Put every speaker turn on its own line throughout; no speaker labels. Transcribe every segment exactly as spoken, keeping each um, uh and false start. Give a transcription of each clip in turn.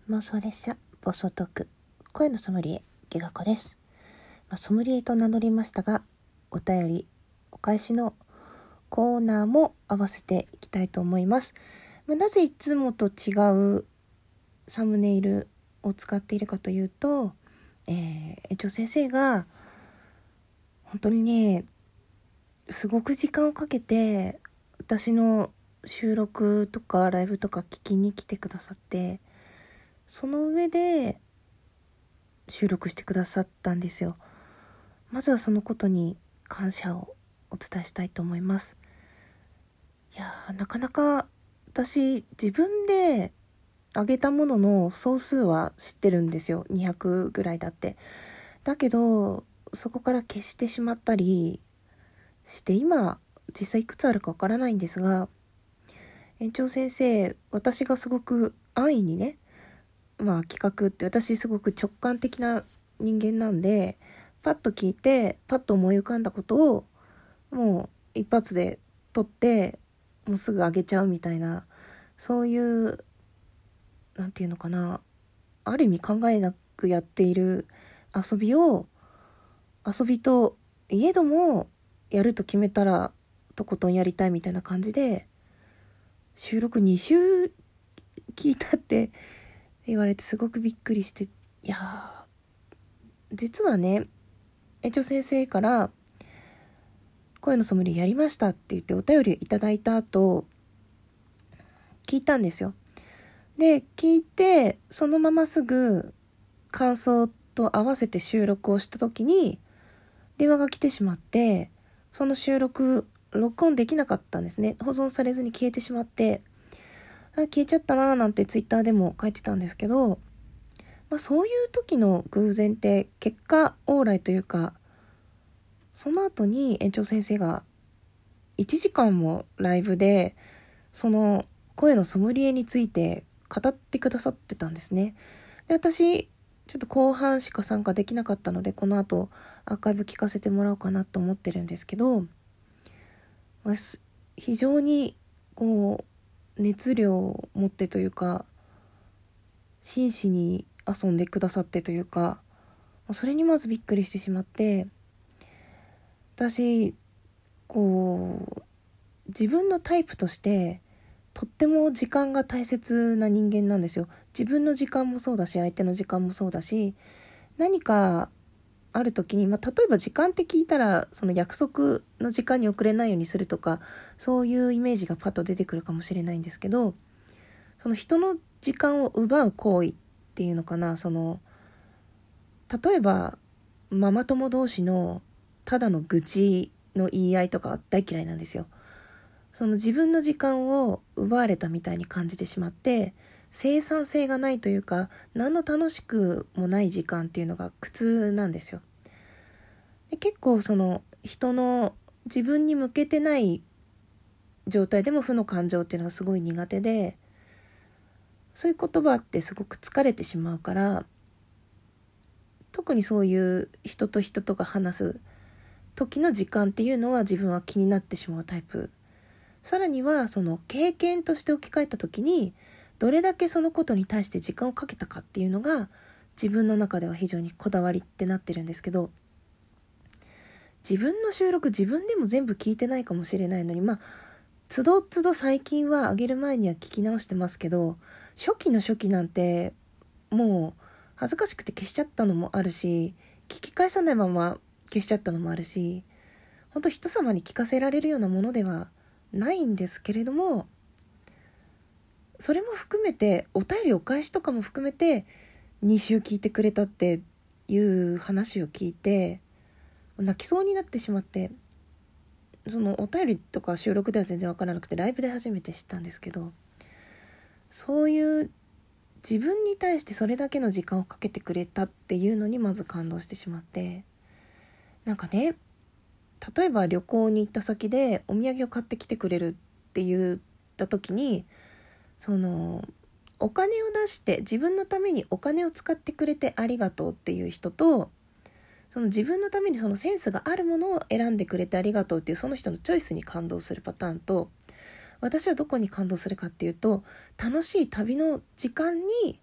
妄想列車暴走トーク、声のソムリエギガ子です。まあ、ソムリエと名乗りましたが、お便りお返しのコーナーも合わせていきたいと思います。まあ、なぜいつもと違うサムネイルを使っているかというと、えー、園長先生が本当にねすごく時間をかけて私の収録とかライブとか聞きに来てくださって、その上で収録してくださったんですよ。まずはそのことに感謝をお伝えしたいと思います。いやー、なかなか私自分で上げたものの総数は知ってるんですよ。にひゃくぐらいだって。だけどそこから消してしまったりして今実際いくつあるかわからないんですが、園長先生、私がすごく安易にね、まあ企画って私すごく直感的な人間なんで、パッと聞いてパッと思い浮かんだことをもう一発で撮ってもうすぐ上げちゃうみたいな、そういうなんていうのかな、ある意味考えなくやっている遊びを遊びといえどもやると決めたらとことんやりたいみたいな感じで、収録に週聞いたって言われてすごくびっくりして、いや実はね、園長先生から声のソムリエやりましたって言ってお便りいただいた後聞いたんですよ。で聞いてそのまますぐ感想と合わせて収録をした時に電話が来てしまって、その収録録音できなかったんですね。保存されずに消えてしまって、あ消えちゃったなーなんてツイッターでも書いてたんですけど、まあ、そういう時の偶然って結果オーライというか、その後に園長先生がいちじかんもライブでその声のソムリエについて語ってくださってたんですね。で私ちょっと後半しか参加できなかったので、この後アーカイブ聞かせてもらおうかなと思ってるんですけど、非常にこう熱量を持ってというか真摯に遊んでくださってというか、それにまずびっくりしてしまって、私こう自分のタイプとしてとっても時間が大切な人間なんですよ。自分の時間もそうだし相手の時間もそうだし、何かある時に、まあ、例えば時間って聞いたらその約束の時間に遅れないようにするとか、そういうイメージがパッと出てくるかもしれないんですけど、その人の時間を奪う行為っていうのかな、その例えばママ友同士のただの愚痴の言い合いとか大嫌いなんですよ。その自分の時間を奪われたみたいに感じてしまって、生産性がないというか何の楽しくもない時間っていうのが苦痛なんですよ。で結構その人の自分に向けてない状態でも負の感情っていうのがすごい苦手で、そういう言葉ってすごく疲れてしまうから、特にそういう人と人とが話す時の時間っていうのは自分は気になってしまうタイプ。さらにはその経験として置き換えた時にどれだけそのことに対して時間をかけたかっていうのが自分の中では非常にこだわりってなってるんですけど、自分の収録自分でも全部聞いてないかもしれないのに、まあつどつど最近は上げる前には聞き直してますけど、初期の初期なんてもう恥ずかしくて消しちゃったのもあるし、聞き返さないまま消しちゃったのもあるし、本当人様に聞かせられるようなものではないんですけれども、それも含めてお便りお返しとかも含めてに週聞いてくれたっていう話を聞いて泣きそうになってしまって、そのお便りとか収録では全然わからなくてライブで初めて知ったんですけど、そういう自分に対してそれだけの時間をかけてくれたっていうのにまず感動してしまって、なんかね、例えば旅行に行った先でお土産を買ってきてくれるって言った時に、そのお金を出して自分のためにお金を使ってくれてありがとうっていう人と、その自分のためにそのセンスがあるものを選んでくれてありがとうっていうその人のチョイスに感動するパターンと、私はどこに感動するかっていうと、楽しい旅の時間に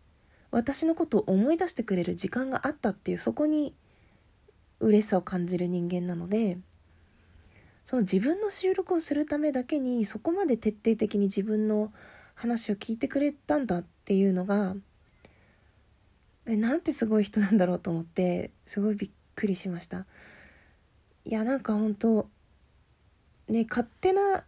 私のことを思い出してくれる時間があったっていう、そこに嬉しさを感じる人間なので、その自分の収録をするためだけにそこまで徹底的に自分の話を聞いてくれたんだっていうのが、えなんてすごい人なんだろうと思って、すごいびっくりしました。いや、なんか本当ね、勝手な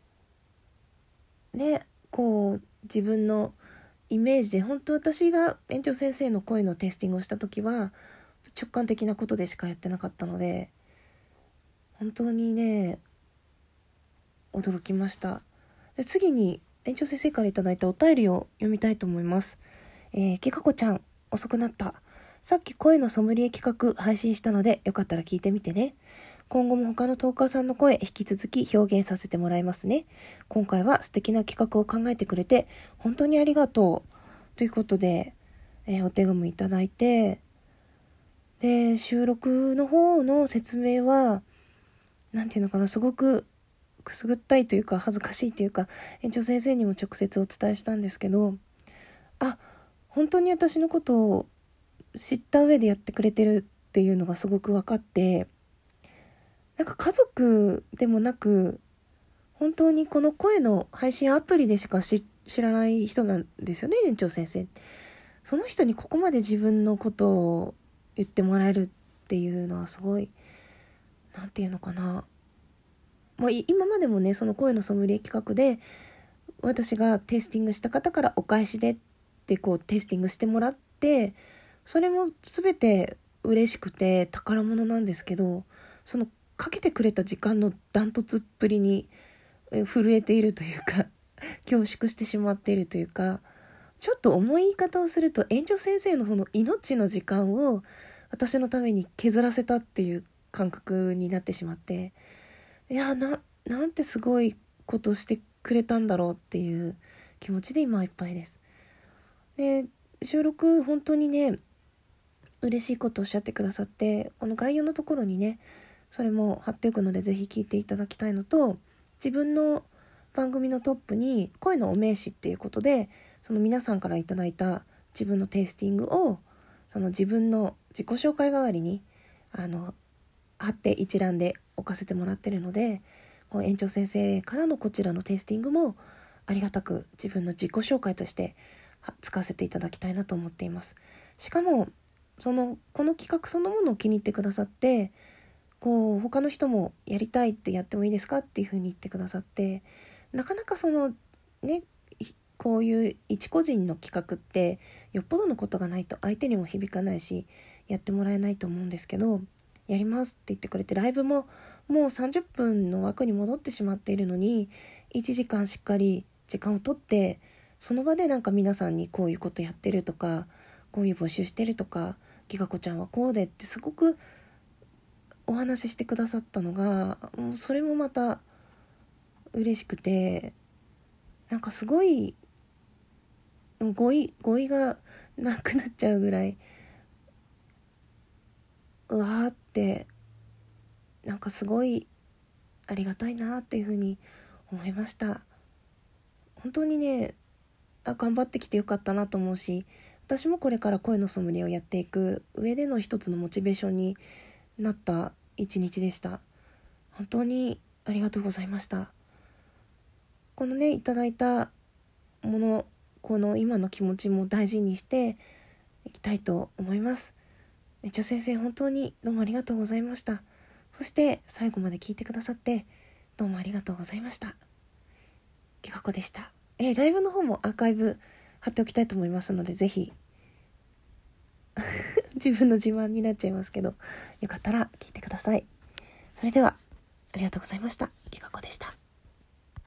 ね、こう自分のイメージで、本当私が園長先生の声のテイスティングをした時は直感的なことでしかやってなかったので、本当にね驚きました。で、次に園長先生からいただいたお便りを読みたいと思います。えー、きかこちゃん、遅くなった。さっき声のソムリエ企画配信したので、よかったら聞いてみてね。今後も他のトーカーさんの声引き続き表現させてもらいますね。今回は素敵な企画を考えてくれて本当にありがとうということで、えー、お手紙いただいて、で収録の方の説明はなんていうのかな、すごくくすぐったいというか恥ずかしいというか、園長先生にも直接お伝えしたんですけど、あ、本当に私のことを知った上でやってくれてるっていうのがすごく分かって、なんか家族でもなく本当にこの声の配信アプリでしか知らない人なんですよね、園長先生。その人にここまで自分のことを言ってもらえるっていうのはすごい、なんていうのかな、まあ、今までもね、その声のソムリエ企画で私がテイスティングした方からお返しでってこうテイスティングしてもらって、それも全て嬉しくて宝物なんですけど、そのかけてくれた時間のダントツっぷりに震えているというか恐縮してしまっているというか、ちょっと重い言い方をすると園長先生のその命の時間を私のために削らせたっていう感覚になってしまって、いやな、なんてすごいことしてくれたんだろうっていう気持ちで今いっぱいです。で、収録本当にね嬉しいことをおっしゃってくださって、この概要のところにねそれも貼っておくのでぜひ聞いていただきたいのと、自分の番組のトップに声のお名刺っていうことで、その皆さんからいただいた自分のテイスティングをその自分の自己紹介代わりにあの貼って一覧で置かせてもらってるので、園長先生からのこちらのテイスティングもありがたく自分の自己紹介として使わせていただきたいなと思っています。しかもそのこの企画そのものを気に入ってくださって、こう他の人もやりたいってやってもいいですかっていう風に言ってくださって、なかなかそのねこういう一個人の企画ってよっぽどのことがないと相手にも響かないしやってもらえないと思うんですけど、やりますって言ってくれて、ライブももうさんじゅっぷんの枠に戻ってしまっているのにいちじかんしっかり時間を取って、その場でなんか皆さんにこういうことやってるとか、こういう募集してるとか、きがこちゃんはこうでってすごくお話ししてくださったのが、もうそれもまた嬉しくて、なんかすごい語彙語彙がなくなっちゃうぐらい、うわーってなんかすごいありがたいなっていうふうに思いました。本当にね、あ頑張ってきてよかったなと思うし、私もこれから声のソムリエをやっていく上での一つのモチベーションになった一日でした。本当にありがとうございました。このねいただいたもの、この今の気持ちも大事にしていきたいと思います。園長先生本当にどうもありがとうございました。そして最後まで聞いてくださってどうもありがとうございました。きかこでした。えライブの方もアーカイブ貼っておきたいと思いますので、ぜひ自分の自慢になっちゃいますけど、よかったら聞いてください。それではありがとうございました。きかこでした。